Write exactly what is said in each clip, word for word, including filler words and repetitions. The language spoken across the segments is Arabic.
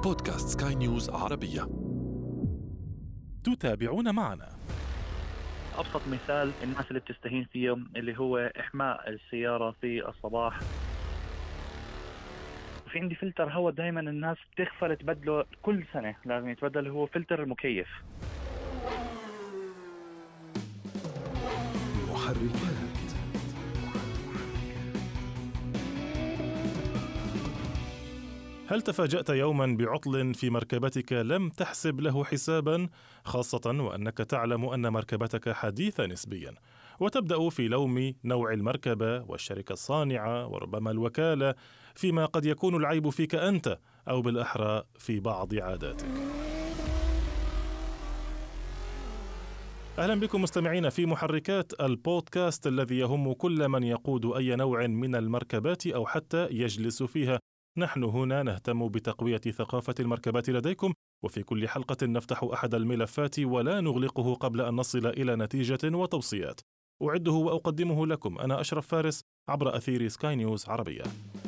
بودكاست سكاي نيوز عربية. تتابعون معنا. أبسط مثال الناس اللي بتستهين فيهم اللي هو إحماء السيارة في الصباح. في عندي فلتر هواء دائما الناس بتغفل تبدله كل سنة، لازم يتبدل، هو فلتر المكيف. محركات. هل تفاجأت يوما بعطل في مركبتك لم تحسب له حسابا، خاصة وأنك تعلم أن مركبتك حديثة نسبيا، وتبدأ في لوم نوع المركبة والشركة الصانعة وربما الوكالة، فيما قد يكون العيب فيك أنت أو بالأحرى في بعض عاداتك. أهلا بكم مستمعين في محركات، البودكاست الذي يهم كل من يقود أي نوع من المركبات أو حتى يجلس فيها. نحن هنا نهتم بتقوية ثقافة المركبات لديكم، وفي كل حلقة نفتح أحد الملفات ولا نغلقه قبل أن نصل إلى نتيجة وتوصيات. أعده وأقدمه لكم أنا أشرف فارس عبر أثير سكاي نيوز عربية.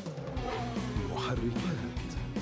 محركات.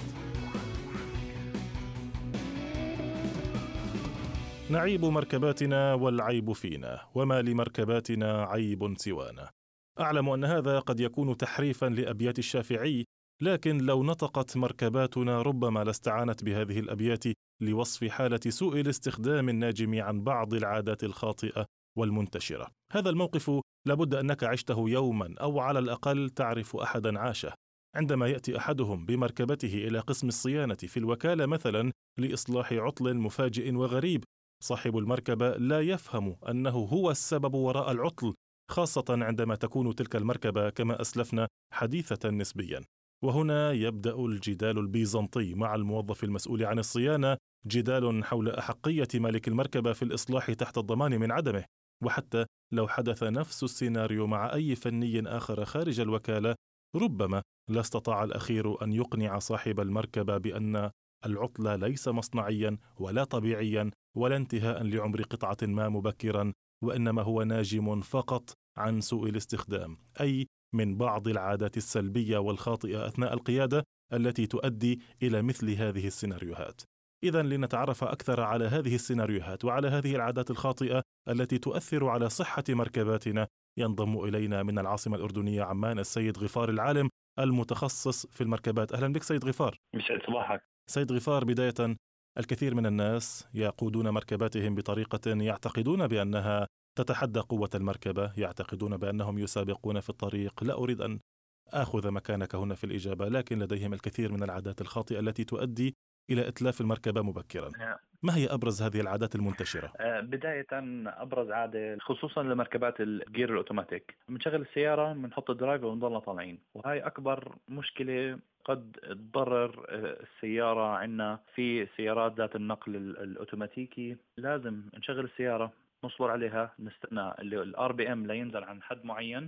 نعيب مركباتنا والعيب فينا، وما لمركباتنا عيب سوانا. أعلم أن هذا قد يكون تحريفا لأبيات الشافعي، لكن لو نطقت مركباتنا ربما لاستعانت بهذه الأبيات لوصف حالة سوء الاستخدام الناجم عن بعض العادات الخاطئة والمنتشرة. هذا الموقف لابد أنك عشته يوما، أو على الأقل تعرف أحدا عاشه. عندما يأتي أحدهم بمركبته إلى قسم الصيانة في الوكالة مثلا لإصلاح عطل مفاجئ وغريب، صاحب المركبة لا يفهم أنه هو السبب وراء العطل، خاصة عندما تكون تلك المركبة كما أسلفنا حديثة نسبيا. وهنا يبدأ الجدال البيزنطي مع الموظف المسؤول عن الصيانة، جدال حول أحقية مالك المركبة في الإصلاح تحت الضمان من عدمه. وحتى لو حدث نفس السيناريو مع أي فني آخر خارج الوكالة، ربما لا استطاع الأخير أن يقنع صاحب المركبة بأن العطل ليس مصنعيا ولا طبيعيا ولا انتهاء لعمر قطعة ما مبكرا، وإنما هو ناجم فقط عن سوء الاستخدام، أي من بعض العادات السلبية والخاطئة أثناء القيادة التي تؤدي إلى مثل هذه السيناريوهات. إذن لنتعرف أكثر على هذه السيناريوهات وعلى هذه العادات الخاطئة التي تؤثر على صحة مركباتنا، ينضم إلينا من العاصمة الأردنية عمان السيد غفار العالم المتخصص في المركبات. أهلا بك سيد غفار. يسعد صباحك. سيد غفار، بداية، الكثير من الناس يقودون مركباتهم بطريقة يعتقدون بأنها تتحدى قوة المركبة، يعتقدون بأنهم يسابقون في الطريق. لا أريد أن أخذ مكانك هنا في الإجابة، لكن لديهم الكثير من العادات الخاطئة التي تؤدي إلى إتلاف المركبة مبكرا. ما هي أبرز هذه العادات المنتشرة؟ بداية أبرز عادة خصوصا لمركبات الجير الأوتوماتيك، بنشغل السيارة بنحط الدرايف ونضلنا طالعين، وهي أكبر مشكلة قد تضرر السيارة عنا. في سيارات ذات النقل الأوتوماتيكي لازم نشغل السيارة، نصبر عليها، نستنى اللي الار بي ام لينزل عن حد معين،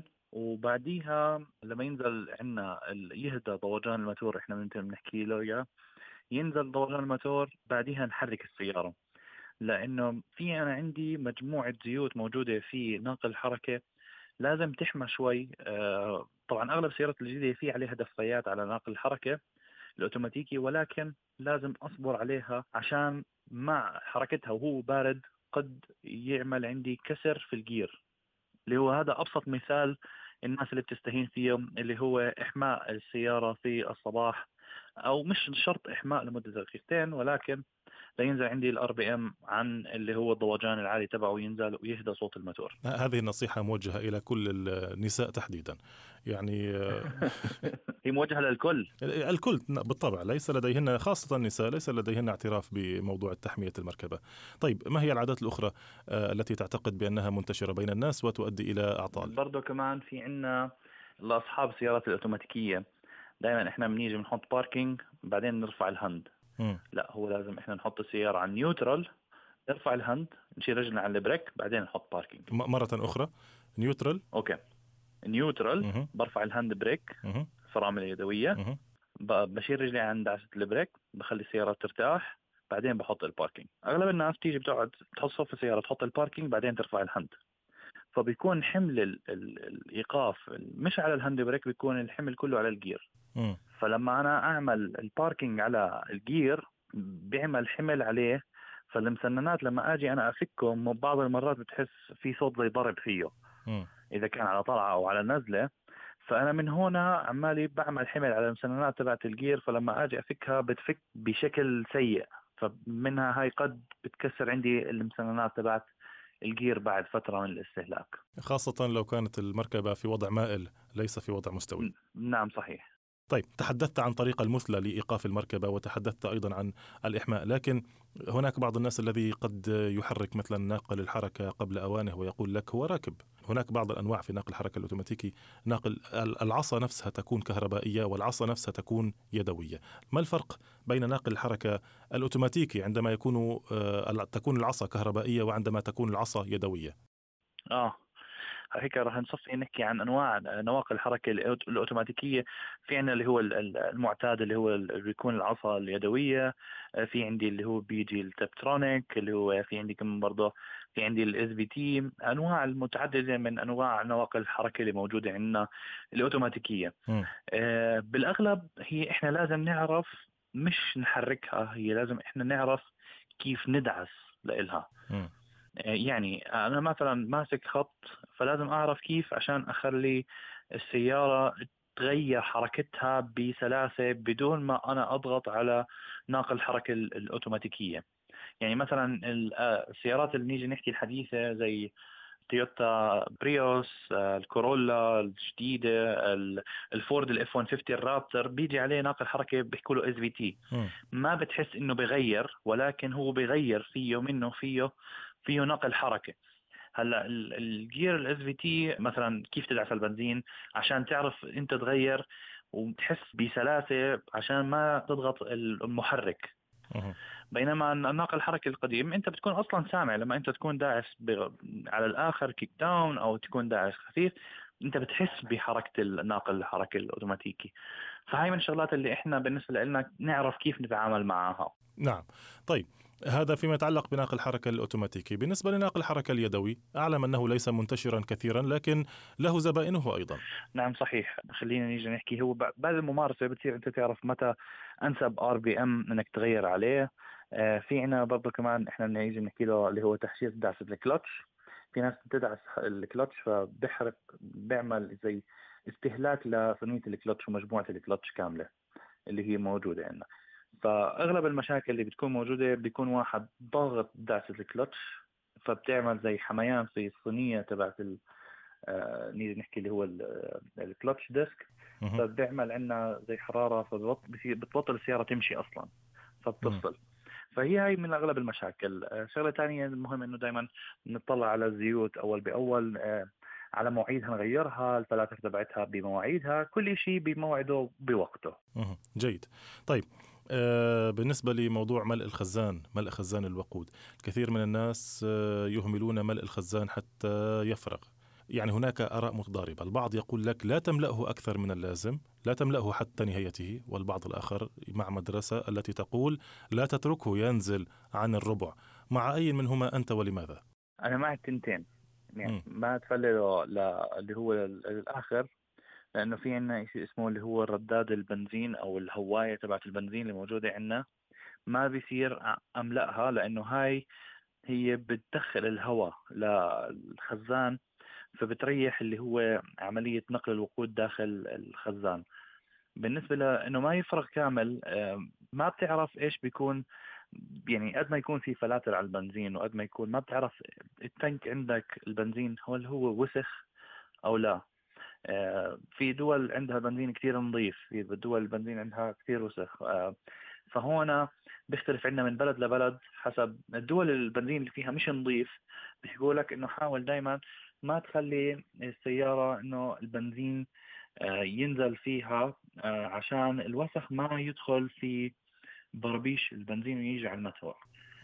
وبعديها لما ينزل عنا يهدى ضوجان الماتور، احنا بنحكي له اياه، ينزل ضوجان الماتور، بعديها نحرك السيارة، لأنه في أنا عندي مجموعة زيوت موجودة في ناقل الحركة لازم تحمى شوي. آه طبعا أغلب السيارات الجديدة في عليها دفايات على ناقل الحركة الأوتوماتيكي، ولكن لازم أصبر عليها عشان مع حركتها وهو بارد قد يعمل عندي كسر في الجير، اللي هو هذا أبسط مثال الناس اللي بتستهين فيهم، اللي هو إحماء السيارة في الصباح، أو مش شرط إحماء لمدة دقيقتين، ولكن لينزل عندي الار بي ام عن اللي هو الضوجان العالي تبعه، ينزل ويهدى صوت الموتور. هذه النصيحة موجهة إلى كل النساء تحديدا، يعني هي موجهة للكل، الكل بالطبع، ليس لديهن، خاصة النساء ليس لديهن اعتراف بموضوع تحمية المركبة. طيب، ما هي العادات الأخرى التي تعتقد بأنها منتشرة بين الناس وتؤدي إلى أعطال؟ برضو كمان في عنا لأصحاب السيارات الأوتوماتيكية، دائما إحنا بنيجي بنحط باركينج بعدين نرفع الهند. م. لا، هو لازم إحنا نحط السيارة على نيوترال، نرفع الهند، نشيل رجلنا على البريك، بعدين نحط باركينج. مرة أخرى، نيوترال. أوكي، نيوترال، برفع الهاند بريك، فرامل يدوية، بشيل رجلي عند دعسة البريك، بخلي السيارة ترتاح، بعدين بحط الباركينج. أغلب الناس تيجي بتقعد تحط صف السيارة، تحط الباركينج، بعدين ترفع الهند، فبيكون حمل ال ال الإيقاف مش على الهاند بريك، بيكون الحمل كله على الجير. م. فلما أنا أعمل الباركينج على الجير بيعمل حمل عليه، فالمسننات لما أجي أنا أفكهم بعض المرات بتحس في صوت زي ضرب فيه م. إذا كان على طلعة أو على نزلة. فأنا من هنا عمالي بعمل حمل على المسننات تبعت الجير، فلما أجي أفكها بتفك بشكل سيء، فمنها هاي قد بتكسر عندي المسننات تبعت الجير بعد فترة من الاستهلاك، خاصة لو كانت المركبة في وضع مائل ليس في وضع مستوي. نعم صحيح. طيب، تحدثت عن طريقة المثلى لإيقاف المركبة وتحدثت أيضا عن الإحماء، لكن هناك بعض الناس الذي قد يحرك مثلا ناقل الحركة قبل أوانه ويقول لك هو راكب. هناك بعض الأنواع في ناقل الحركة الأوتوماتيكي، ناقل العصا نفسها تكون كهربائية والعصا نفسها تكون يدوية. ما الفرق بين ناقل الحركة الأوتوماتيكي عندما يكون تكون العصا كهربائية وعندما تكون العصا يدوية؟ آه هيك راح نصفي نحكي عن انواع نواقل الحركه الاوتوماتيكيه. في عندنا اللي هو المعتاد اللي هو اللي بيكون العصا اليدويه، في عندي اللي هو بيجي التبترونيك، اللي هو في عندي كمان برضه في عندي الاس بي تي. انواع المتعدده من انواع نواقل الحركه اللي موجوده عندنا الاوتوماتيكيه. م. آه بالاغلب هي احنا لازم نعرف مش نحركها، هي لازم احنا نعرف كيف ندعس لإلها. م. يعني أنا مثلا ماسك خط، فلازم أعرف كيف عشان أخلي السيارة تغير حركتها بسلاسة بدون ما أنا أضغط على ناقل الحركة الأوتوماتيكية. يعني مثلا السيارات اللي نيجي نحكي الحديثة زي تويوتا بريوس، الكورولا الجديدة، الفورد الاف مية وخمسين الرابتر، بيجي عليه ناقل حركة بيحكوا له اس في تي. ما بتحس انه بغير، ولكن هو بغير فيه منه فيه فيه نقل حركة. هلا الجير الاس في تي مثلا كيف تدعس البنزين عشان تعرف انت تغير وتحس بسلاسة عشان ما تضغط المحرك. بينما الناقل الحركي القديم انت بتكون اصلا سامع لما انت تكون داعس على الاخر كيك داون او تكون داعس خفيف، انت بتحس بحركة الناقل الحركي الاوتوماتيكي. فهاي من الشغلات اللي احنا بالنسبة لنا نعرف كيف نتعامل معها. نعم. طيب، هذا فيما يتعلق بناقل الحركة الأوتوماتيكي. بالنسبة لناقل الحركة اليدوي، أعلم أنه ليس منتشرا كثيرا لكن له زبائنه أيضا. نعم صحيح. خلينا نيجي نحكي، هو بعد الممارسة بتصير أنت تعرف متى أنسب ار بي ام أنك تغير عليه. آه في عنا برضه كمان إحنا نيجي نحكي له اللي هو تحشير دعسة الكلتش. في ناس بتدعس الكلتش فبحرق، بيعمل زي استهلاك لثنية الكلتش ومجموعة الكلتش كاملة اللي هي موجودة عندنا. فأغلب المشاكل اللي بتكون موجودة بيكون واحد ضاغط دعسة الكلتش، فبتعمل زي حميان في الصينية تبعت ال آه نيجي نحكي اللي هو الكلتش ديسك، فبيعمل عندنا زي حرارة فبتبطل السيارة تمشي أصلا فبتفصل. فهي هاي من أغلب المشاكل. آه شغلة تانية المهم إنه دايما نطلع على الزيوت أول بأول، آه على مواعيدها نغيرها، الفلاتر تبعتها بمواعيدها، كل شيء بموعده بوقته. جيد. طيب، آه بالنسبة لموضوع ملء الخزان، ملء خزان الوقود، كثير من الناس آه يهملون ملء الخزان حتى يفرغ. يعني هناك آراء متضاربة، البعض يقول لك لا تملأه أكثر من اللازم، لا تملأه حتى نهايته، والبعض الآخر مع مدرسة التي تقول لا تتركه ينزل عن الربع. مع أي منهما أنت ولماذا؟ أنا مع التنتين، يعني ما تفلله اللي هو الآخر، لأنه في عنا شيء اسمه اللي هو الرداد البنزين أو الهواية تبعت البنزين اللي موجودة عنا، ما بيصير أملأها لأنه هاي هي بتدخل الهواء للخزان، فبتريح اللي هو عملية نقل الوقود داخل الخزان. بالنسبة لأنه ما يفرغ كامل، ما بتعرف إيش بيكون، يعني قد ما يكون في فلاتر على البنزين وقد ما يكون ما بتعرف التانك عندك البنزين هل هو وسخ أو لا. في دول عندها بنزين كتير نظيف، في دول البنزين عندها كتير وسخ. فهون بيختلف عندنا من بلد لبلد حسب الدول. البنزين اللي فيها مش نظيف بيقول لك انه حاول دايما ما تخلي السيارة انه البنزين ينزل فيها عشان الوسخ ما يدخل في بربيش البنزين ويجي على الماتور.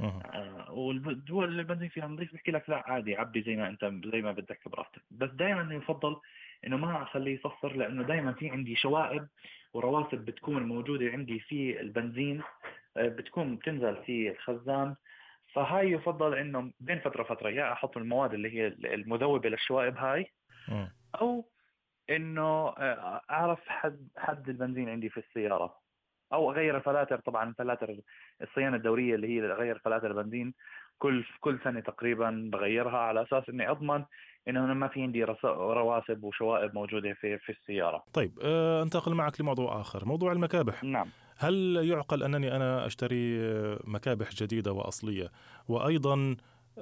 والدول اللي البنزين فيها نظيف بيحكي لك لا عادي عبي زي ما انت زي ما بدك براحتك. بس دائما يفضل انه ما اخليه يصفر، لانه دائما في عندي شوائب ورواسب بتكون موجودة عندي في البنزين بتكون بتنزل في الخزان. فهاي يفضل انه بين فترة فترة يا احط المواد اللي هي المذوبة للشوائب هاي، او إنه آه، أعرف حد حد البنزين عندي في السيارة، أو أغير الفلاتر. طبعا الفلاتر الصيانة الدورية اللي هي غير فلاتر البنزين كل كل سنة تقريبا بغيرها، على أساس إني أضمن إنه أنا ما في عندي رص- رواسب وشوائب موجودة في في السيارة. طيب آه، أنتقل معك لموضوع آخر، موضوع المكابح. نعم. هل يعقل أنني أنا أشتري مكابح جديدة وأصلية وأيضا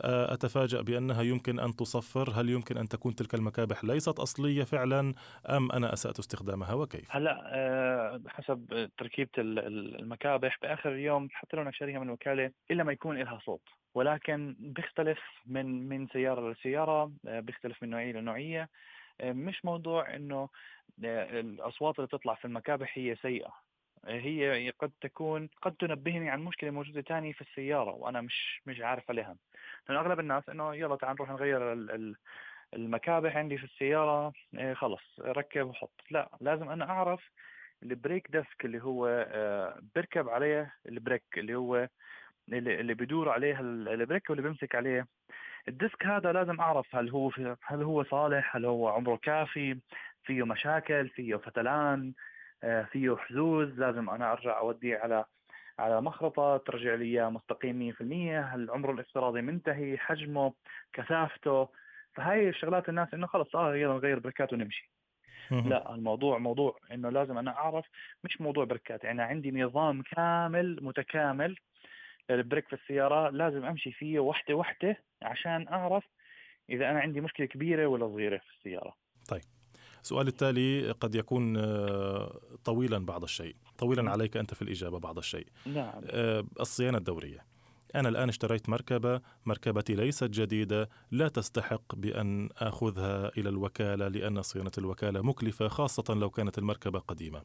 أتفاجأ بأنها يمكن أن تصفر؟ هل يمكن أن تكون تلك المكابح ليست أصلية فعلا أم أنا أسأت استخدامها وكيف؟ هلا آه، حسب تركيبة ال- ال- المكابح بآخر اليوم، حتى لو أنا شاريها من وكالة إلا ما يكون لها صوت، ولكن بيختلف من من سيارة لسيارة، آه، بيختلف من نوعية لنوعية. آه، مش موضوع إنه آه، الأصوات اللي تطلع في المكابح هي سيئة. آه، هي قد تكون قد تنبهني عن مشكلة موجودة تاني في السيارة وأنا مش مش عارف عليها. لأن أغلب الناس إنه يلا تعال نروح نغير ال- ال- المكابح عندي في السيارة، إيه خلص ركب وحط. لا، لازم أنا أعرف البريك ديسك اللي هو آه، بركب عليه البريك، اللي هو اللي اللي بدور عليه ال- البريك واللي بيمسك عليه الديسك هذا. لازم أعرف هل هو في هل هو صالح، هل هو عمره كافي، فيه مشاكل، فيه فتلان، آه، فيه حزوز. لازم أنا أرجع أوديه على على مخرطة ترجع لي إياه مستقيم مية بالمية. هل عمره الافتراضي منتهي، حجمه، كثافته. فهاي الشغلات الناس إنه خلص آه يلا نغير بركات ونمشي. مهم. لا، الموضوع موضوع إنه لازم أنا أعرف. مش موضوع بركات، يعني عندي نظام كامل متكامل للبريك في السيارة، لازم أمشي فيه وحدة وحدة عشان أعرف إذا أنا عندي مشكلة كبيرة ولا صغيرة في السيارة. طيب، السؤال التالي قد يكون آه، طويلا بعض الشيء، طويلا م- عليك أنت في الإجابة بعض الشيء. نعم. آه، الصيانة الدورية. أنا الآن اشتريت مركبة، مركبتي ليست جديدة، لا تستحق بأن أخذها إلى الوكالة لأن صيانة الوكالة مكلفة، خاصة لو كانت المركبة قديمة.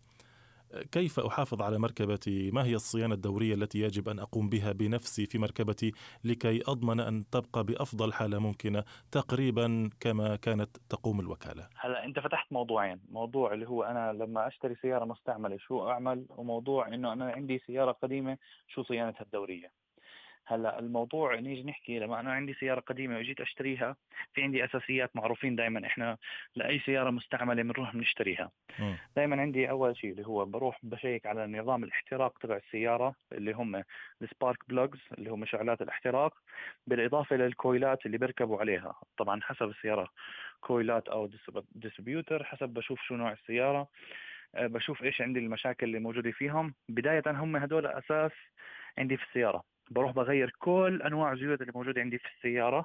كيف أحافظ على مركبتي؟ ما هي الصيانة الدورية التي يجب أن أقوم بها بنفسي في مركبتي لكي أضمن أن تبقى بأفضل حالة ممكنة تقريبا كما كانت تقوم الوكالة؟ هلا أنت فتحت موضوعين، موضوع اللي هو أنا لما أشتري سيارة مستعملة شو أعمل، وموضوع إنه أنا عندي سيارة قديمة شو صيانتها الدورية. هلا الموضوع نيجي نحكي، لما انا عندي سياره قديمه وجيت اشتريها، في عندي اساسيات معروفين دائما. احنا لاي سياره مستعمله بنروح بنشتريها. مم. دائما عندي اول شيء اللي هو بروح بشيك على نظام الاحتراق تبع السياره، اللي هم السبارك بلوجز، اللي هم مشعلات الاحتراق، بالاضافه للكويلات اللي بيركبوا عليها. طبعا حسب السياره كويلات او ديستريبيوتر، حسب بشوف شو نوع السياره. أه، بشوف ايش عندي المشاكل اللي موجوده فيهم. بدايه هم هدول اساس عندي في السياره. بروح بغير كل انواع الزيوت اللي موجوده عندي في السياره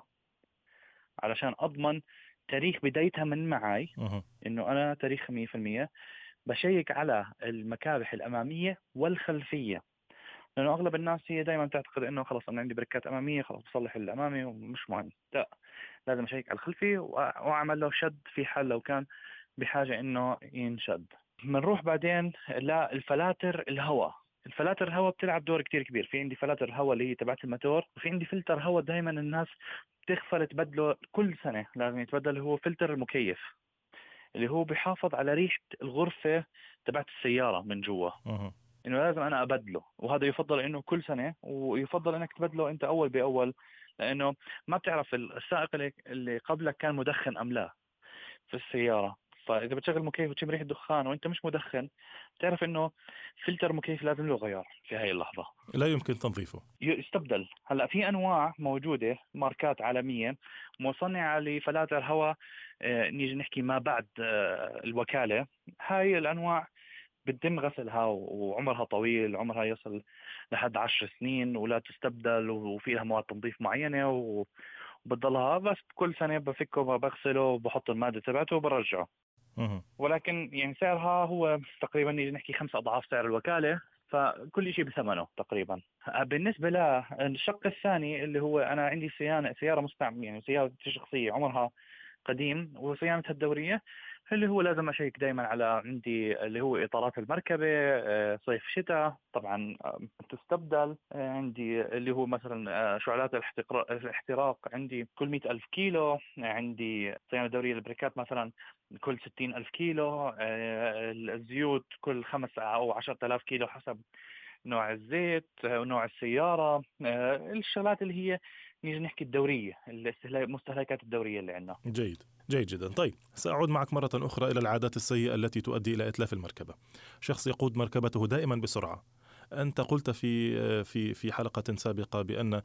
علشان اضمن تاريخ بدايتها من معي، مم. انه انا تاريخ مية بالمية. بشيك على المكابح الاماميه والخلفيه، لانه اغلب الناس هي دائما تعتقد انه خلص انا عندي بركات اماميه خلص بصلح الامامي ومش مهم. لا، لازم اشيك على الخلفيه وأ- واعمل له شد في حال لو كان بحاجه انه ينشد. بنروح بعدين للفلاتر الهواء. الفلاتر الهواء بتلعب دور كتير كبير. في عندي فلاتر الهواء اللي هي تبعت الموتور، وفي عندي فلتر هواء دائما الناس بتغفل تبدله كل سنة، لازم يتبدل. هو فلتر المكيف اللي هو بيحافظ على ريحة الغرفة تبعت السيارة من جوا، مم. انه لازم انا ابدله. وهذا يفضل انه كل سنة، ويفضل انك تبدله انت اول باول، لانه ما بتعرف السائق اللي اللي قبلك كان مدخن ام لا في السيارة. فإذا بتشغل مكيف وتشم ريحة دخان وأنت مش مدخن، بتعرف إنه فلتر مكيف لازم له غيار في هاي اللحظة، لا يمكن تنظيفه. يستبدل. هلا في أنواع موجودة ماركات عالميا مصنعة لفلاتر هواء، آه، نيجي نحكي ما بعد آه، الوكالة. هاي الأنواع بتتم غسلها وعمرها طويل، عمرها يصل لحد عشر سنين ولا تستبدل، وفيها مواد تنظيف معينة و- وبتضلها. بس كل سنة بفكه بغسله وبحط المادة تبعته وبرجعه. مم. ولكن يعني سعرها هو تقريبا نيجي نحكي خمس أضعاف سعر الوكالة، فكل شيء بثمنه تقريبا. بالنسبة للشق الثاني اللي هو أنا عندي سيارة سيارة مستعمل، يعني سيارة شخصية عمرها قديم وصيانتها الدورية، اللي هو لازم أشيك دائما على عندي اللي هو إطارات المركبة، آه، صيف شتاء طبعا آه، تستبدل. آه، عندي اللي هو مثلا آه، شعلات الاحتقرا- الاحتراق عندي كل مئة ألف كيلو. عندي صيانة دورية للبريكات مثلا كل ستين ألف كيلو. آه، الزيوت كل خمس أو عشرة آلاف كيلو حسب نوع الزيت ونوع السيارة. آه، الشغلات اللي هي نيجي نحكي الدورية، الاستهلاك مستهلكات الدورية اللي عندنا. جيد. جيد جدا. طيب سأعود معك مرة أخرى إلى العادات السيئة التي تؤدي إلى إتلاف المركبة. شخص يقود مركبته دائما بسرعة. أنت قلت في في في حلقة سابقة بأن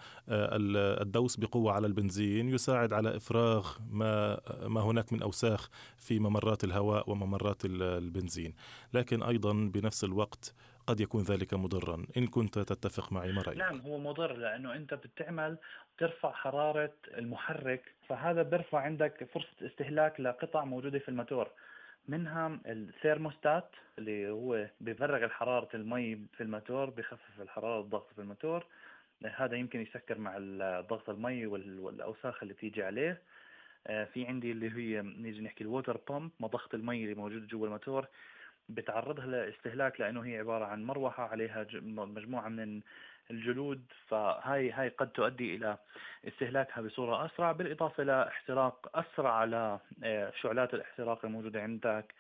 الدوس بقوة على البنزين يساعد على إفراغ ما ما هناك من أوساخ في ممرات الهواء وممرات البنزين، لكن أيضا بنفس الوقت قد يكون ذلك مضرا. إن كنت تتفق معي، ما رأيك؟ نعم، هو مضر لأنه أنت بتعمل ترفع حرارة المحرك، فهذا بيرفع عندك فرصة استهلاك لقطع موجودة في الموتور، منها الثيرموستات اللي هو بيفرغ الحرارة المي في الموتور، بخفف الحرارة الضغط في الموتور. هذا يمكن يسكر مع ضغط المي والأوساخ اللي تيجي عليه. في عندي اللي هي نيجي نحكي الووتر بامب، مضخة المي اللي موجودة جوا الموتور، بتعرضها لاستهلاك لأنه هي عبارة عن مروحة عليها مجموعة من الجلود، فهاي هاي قد تؤدي إلى استهلاكها بصورة أسرع، بالإضافة إلى احتراق أسرع على شعلات الاحتراق الموجودة عندك.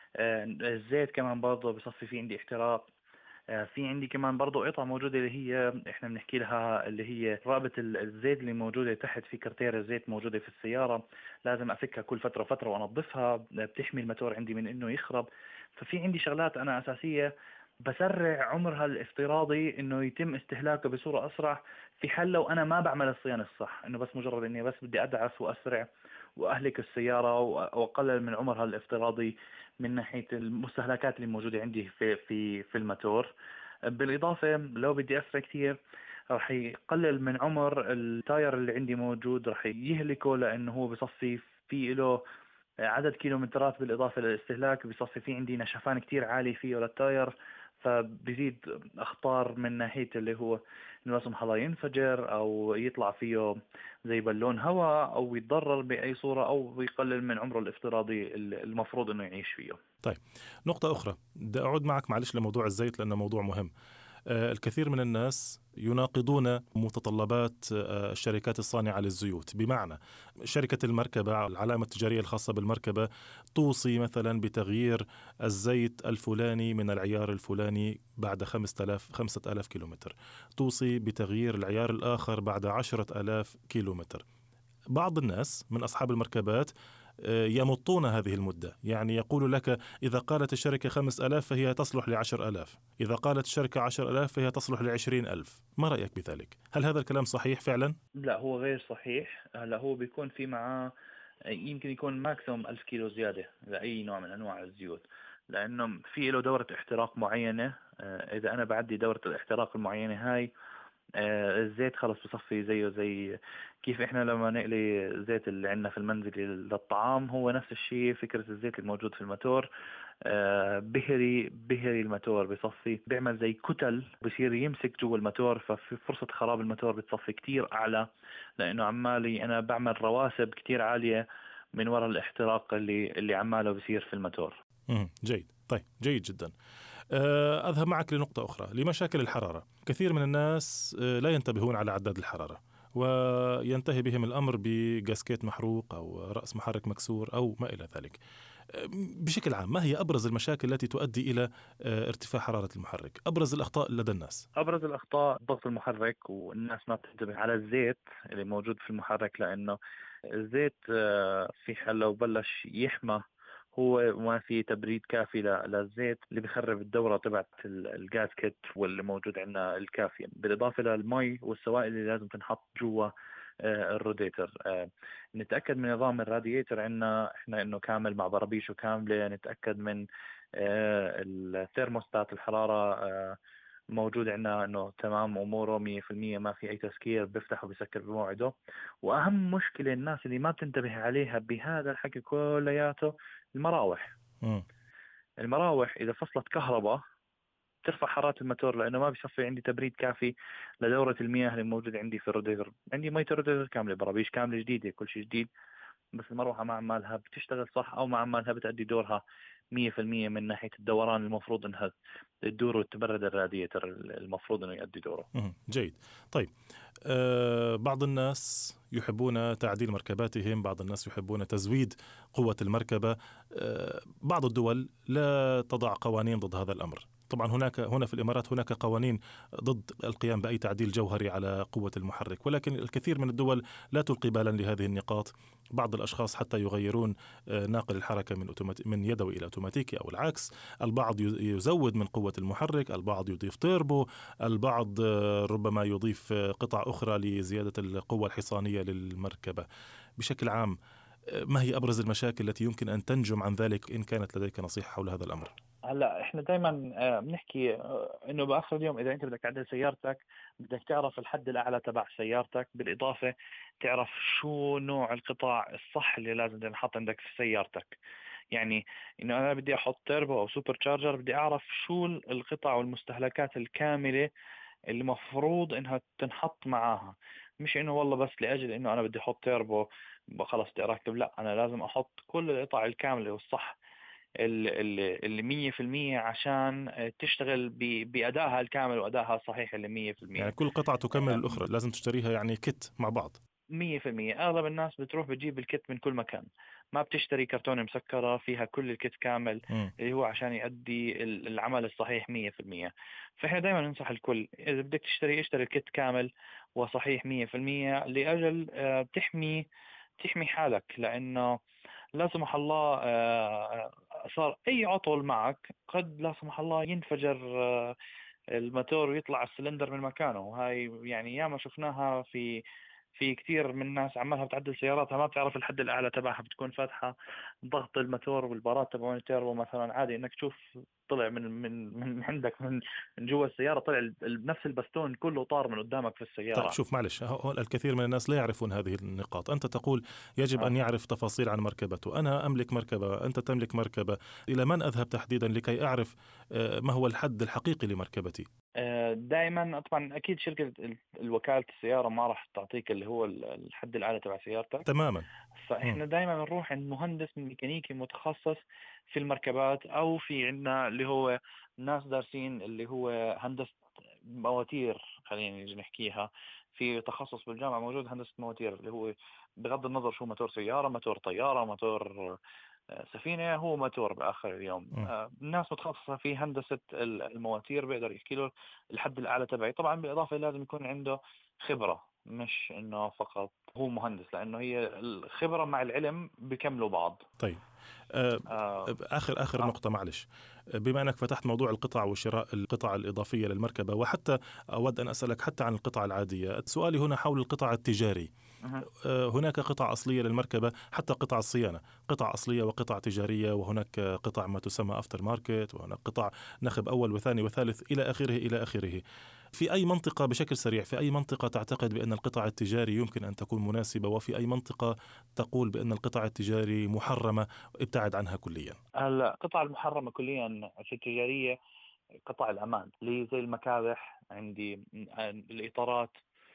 الزيت كمان برضه بصفي في عندي احتراق. في عندي كمان برضو قطعة موجودة اللي هي احنا بنحكي لها اللي هي رابط الزيت اللي موجودة تحت في كرتير الزيت موجودة في السيارة، لازم أفكها كل فترة فترة وأنظفها، بتحمي الموتور عندي من إنه يخرب. ففي عندي شغلات أنا أساسية بسرع عمرها الافتراضي إنه يتم استهلاكه بصورة أسرع، في حال لو أنا ما بعمل الصيانة الصح، إنه بس مجرد إني بس بدي أدعس وأسرع وأهلك السيارة وأقلل من عمرها الافتراضي من ناحية المستهلكات اللي موجودة عندي في في في الموتور. بالإضافة لو بدي أسرع كثير راح يقلل من عمر التاير اللي عندي موجود، راح يهلكه لأنه هو بصفي في له عدد كيلومترات، بالإضافة للاستهلاك بصفي في عندي نشفان كتير عالي فيه للتاير، فبزيد أخطار من ناحية اللي هو إنه لا سمح الله ينفجر أو يطلع فيه زي بالون هواء أو يتضرر بأي صورة أو يقلل من عمره الافتراضي المفروض إنه يعيش فيه. طيب نقطة أخرى، بدي أعود معك معلش لموضوع الزيت لأنه موضوع مهم. آه الكثير من الناس يناقضون متطلبات آه الشركات الصانعة للزيوت، بمعنى شركة المركبة، العلامة التجارية الخاصة بالمركبة توصي مثلا بتغيير الزيت الفلاني من العيار الفلاني بعد خمسة آلاف خمسة آلاف كيلومتر، توصي بتغيير العيار الآخر بعد عشرة آلاف كيلومتر. بعض الناس من أصحاب المركبات يمطون هذه المدة، يعني يقول لك إذا قالت الشركة خمس ألاف فهي تصلح لعشر ألاف، إذا قالت الشركة عشر ألاف فهي تصلح لعشرين ألف. ما رأيك بذلك؟ هل هذا الكلام صحيح فعلا؟ لا، هو غير صحيح. هلا هو بيكون في معاه يمكن يكون ماكسيموم ألف كيلو زيادة لأي نوع من أنواع الزيوت، لأنه في له دورة احتراق معينة. إذا أنا بعدي دورة الاحتراق المعينة هاي، الزيت خلص بصفي زيه زي كيف احنا لما نقلي زيت اللي عندنا في المنزل للطعام، هو نفس الشيء فكرة الزيت الموجود في الموتور. بهري بهري الموتور بصفي، بيعمل زي كتل بصير يمسك جوا الموتور، ففي فرصة خراب الموتور بتصفي كتير أعلى، لأنه عمالي أنا بعمل رواسب كتير عالية من وراء الاحتراق اللي اللي عماله بصير في الموتور. جيد. طيب جيد جدا. أذهب معك لنقطة أخرى، لمشاكل الحرارة. كثير من الناس لا ينتبهون على عداد الحرارة، وينتهي بهم الأمر بجاسكيت محروق أو رأس محرك مكسور أو ما إلى ذلك. بشكل عام، ما هي أبرز المشاكل التي تؤدي إلى ارتفاع حرارة المحرك؟ أبرز الأخطاء لدى الناس؟ أبرز الأخطاء ضغط المحرك، والناس ما بتنتبه على الزيت اللي موجود في المحرك، لأنه الزيت في حال لو بلش يحمى هو ما في تبريد كافي للزيت اللي بيخرب الدورة تبعت الجاسكت واللي موجود عندنا الكافية، بالإضافة للمي والسوائل اللي لازم تنحط جوا الروديتر. نتأكد من نظام الراديتر عندنا احنا انه كامل مع برابيشه كاملة، نتأكد من الثيرموستات الحرارة موجود عندنا انه تمام اموره مية في المية، ما في اي تسكير، بيفتح وبيسكر بموعده. واهم مشكلة الناس اللي ما بتنتبه عليها بهذا الحكي كلياته المراوح. م. المراوح اذا فصلت كهرباء ترفع حرارة الموتور، لأنه ما بيصفي عندي تبريد كافي لدورة المياه اللي موجودة عندي في الروديتر. عندي مية الروديتر كاملة، برابيش كاملة جديدة، كل شيء جديد، بس المروحة ما عمالها بتشتغل صح أو ما عمالها بتأدي دورها مية في المية من ناحية الدوران المفروض إنها تدور وتبرد الراديتر المفروض إنه يؤدي دوره. جيد. طيب أه بعض الناس يحبون تعديل مركباتهم، بعض الناس يحبون تزويد قوة المركبة. أه بعض الدول لا تضع قوانين ضد هذا الأمر، طبعا هناك هنا في الإمارات هناك قوانين ضد القيام بأي تعديل جوهري على قوة المحرك، ولكن الكثير من الدول لا تلقي بالا لهذه النقاط. بعض الأشخاص حتى يغيرون ناقل الحركة من من يدوي إلى أوتوماتيكي أو العكس. البعض يزود من قوة المحرك، البعض يضيف تيربو، البعض ربما يضيف قطع أخرى لزيادة القوة الحصانية للمركبة. بشكل عام ما هي أبرز المشاكل التي يمكن أن تنجم عن ذلك إن كانت لديك نصيحة حول هذا الأمر؟ هلا احنا دائما آه، بنحكي آه، انه باخر اليوم اذا انت بدك تعدل سيارتك بدك تعرف الحد الاعلى تبع سيارتك، بالاضافه تعرف شو نوع القطع الصح اللي لازم تنحط عندك في سيارتك. يعني انه انا بدي احط تيربو او سوبر تشارجر، بدي اعرف شو القطع والمستهلكات الكامله اللي مفروض انها تنحط معاها. مش انه والله بس لاجل انه انا بدي احط تيربو خلص بدي اركب، لا انا لازم احط كل القطع الكامله والصح اللي مية في المية عشان تشتغل بأدائها الكامل وأدائها الصحيح اللي مية في يعني المية. كل قطعة تكمل الأخرى، لازم تشتريها يعني كت مع بعض. مية في المية أغلب الناس بتروح بتجيب الكت من كل مكان، ما بتشتري كرتونة مسكرة فيها كل الكت كامل م. اللي هو عشان يؤدي العمل الصحيح مية في المية. فإحنا دائما ننصح الكل إذا بدك تشتري اشتري الكت كامل وصحيح مية في المية لأجل تحمي تحمي حالك، لأنه لا سمح الله صار أي عطل معك قد لا سمح الله ينفجر الموتور ويطلع السلندر من مكانه. وهاي يعني ياما شفناها في في كثير من الناس عمالها بتعدل سياراتها ما بتعرف الحد الأعلى تبعها، بتكون فاتحة ضغط الموتور والبارات تبعون التيربو مثلا، عادي انك تشوف طلع من من من عندك من من جوا السيارة طلع نفس البستون كله طار من قدامك في طيب السيارة. شوف معلش، الكثير من الناس لا يعرفون هذه النقاط. أنت تقول يجب آه. أن يعرف تفاصيل عن مركبته. أنا أملك مركبة، أنت تملك مركبة، إلى من أذهب تحديدا لكي أعرف ما هو الحد الحقيقي لمركبتي؟ دائما طبعا اكيد شركه الوكاله السياره ما راح تعطيك اللي هو الحد الاعلى تبع سيارتك تماما. فاحنا دائما بنروح عند مهندس ميكانيكي متخصص في المركبات، او في عندنا اللي هو ناس دارسين اللي هو هندسه مواتير، خلينا نيجي نحكيها في تخصص بالجامعه موجود هندسه مواتير، اللي هو بغض النظر شو موتور سياره، موتور طياره، موتور سفينة، هو موتور بآخر اليوم. م. الناس متخصصة في هندسة المواتير بيقدر يحكي له الحد الأعلى تبعي. طبعا بالإضافة لازم يكون عنده خبرة، مش إنه فقط هو مهندس، لأنه هي الخبرة مع العلم بيكملوا بعض. طيب آه آه آخر آخر آه. نقطة معلش، بما أنك فتحت موضوع القطع وشراء القطع الإضافية للمركبة، وحتى أود أن أسألك حتى عن القطع العادية. سؤالي هنا حول القطع التجاري. هناك قطع أصلية للمركبة، حتى قطع الصيانة قطع أصلية وقطع تجارية، وهناك قطع ما تسمى أفتر ماركت، وهناك قطع نخب أول وثاني وثالث إلى آخره إلى آخره. في أي منطقة بشكل سريع، في أي منطقة تعتقد بأن القطع التجاري يمكن أن تكون مناسبة، وفي أي منطقة تقول بأن القطع التجاري محرمة ابتعد عنها كليا؟ القطع المحرمة كليا في التجارية قطع الأمان اللي زي المكابح عندي، الإطارات،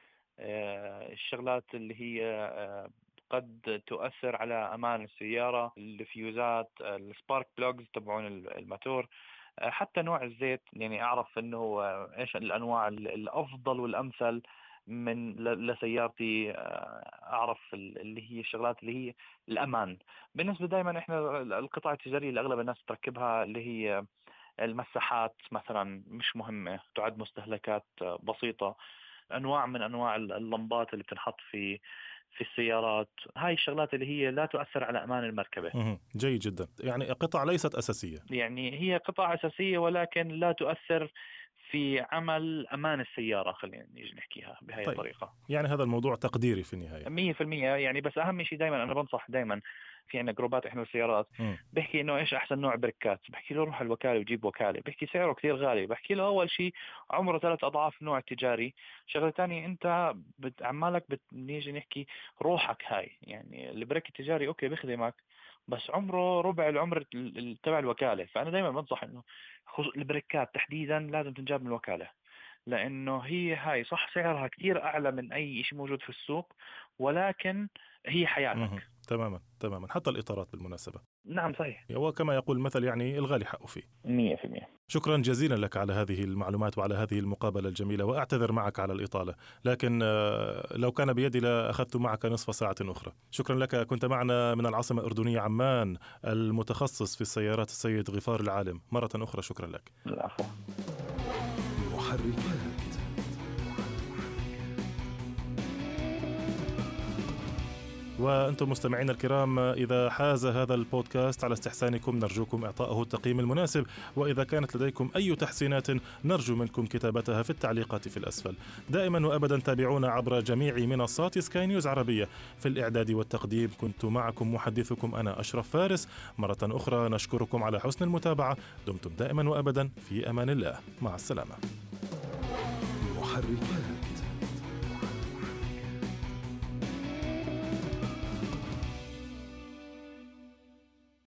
الشغلات اللي هي قد تؤثر على أمان السيارة، الفيوزات، السبارك بلوجز تبعون الموتور، حتى نوع الزيت. يعني أعرف أنه إيش الأنواع الأفضل والأمثل من لسيارتي، أعرف اللي هي الشغلات اللي هي الأمان. بالنسبة دائما إحنا القطع التجارية اللي أغلب الناس تركبها اللي هي المساحات مثلا مش مهمة، تعد مستهلكات بسيطة، أنواع من أنواع اللمبات اللي بتنحط في في السيارات، هاي الشغلات اللي هي لا تؤثر على أمان المركبة. جيد جدا، يعني قطع ليست أساسية، يعني هي قطع أساسية ولكن لا تؤثر في عمل أمان السيارة، خلينا نيجي نحكيها بهاي طيب. الطريقة. يعني هذا الموضوع تقديري في النهاية مية في المية يعني. بس أهم شيء دائما أنا بنصح دائما في عنا جروبات إحنا السيارات، بحكي إنه إيش أحسن نوع بريكات، بحكي له روح الوكالة وجيب وكالة، بحكي سعره كثير غالي، بحكي له أول شيء عمره ثلاث أضعاف النوع التجاري. شغلة ثانية أنت عمالك بنيجي نحكي روحك هاي، يعني البريك التجاري أوكي بيخدمك بس عمره ربع العمر تبع الوكالة. فأنا دائما بنصح إنه البريكات تحديدا لازم تنجاب من الوكالة، لأنه هي هاي صح سعرها كتير أعلى من أي شيء موجود في السوق، ولكن هي حياتك. تماما تماما، حتى الإطارات بالمناسبة. نعم صحيح، وكما يقول المثل يعني الغالي حقه فيه. مية في المية. شكرا جزيلا لك على هذه المعلومات وعلى هذه المقابلة الجميلة، وأعتذر معك على الإطالة، لكن لو كان بيدي لأخذت معك نصف ساعة أخرى. شكرا لك. كنت معنا من العاصمة الأردنية عمان المتخصص في السيارات السيد غفار العالم. مرة أخرى شكرا لك. العفو. محركات. وأنتم مستمعين الكرام، إذا حاز هذا البودكاست على استحسانكم نرجوكم إعطائه التقييم المناسب، وإذا كانت لديكم أي تحسينات نرجو منكم كتابتها في التعليقات في الأسفل. دائما وأبدا تابعونا عبر جميع منصات سكاي نيوز عربية. في الإعداد والتقديم كنت معكم محدثكم أنا أشرف فارس. مرة أخرى نشكركم على حسن المتابعة. دمتم دائما وأبدا في أمان الله. مع السلامة. محركات.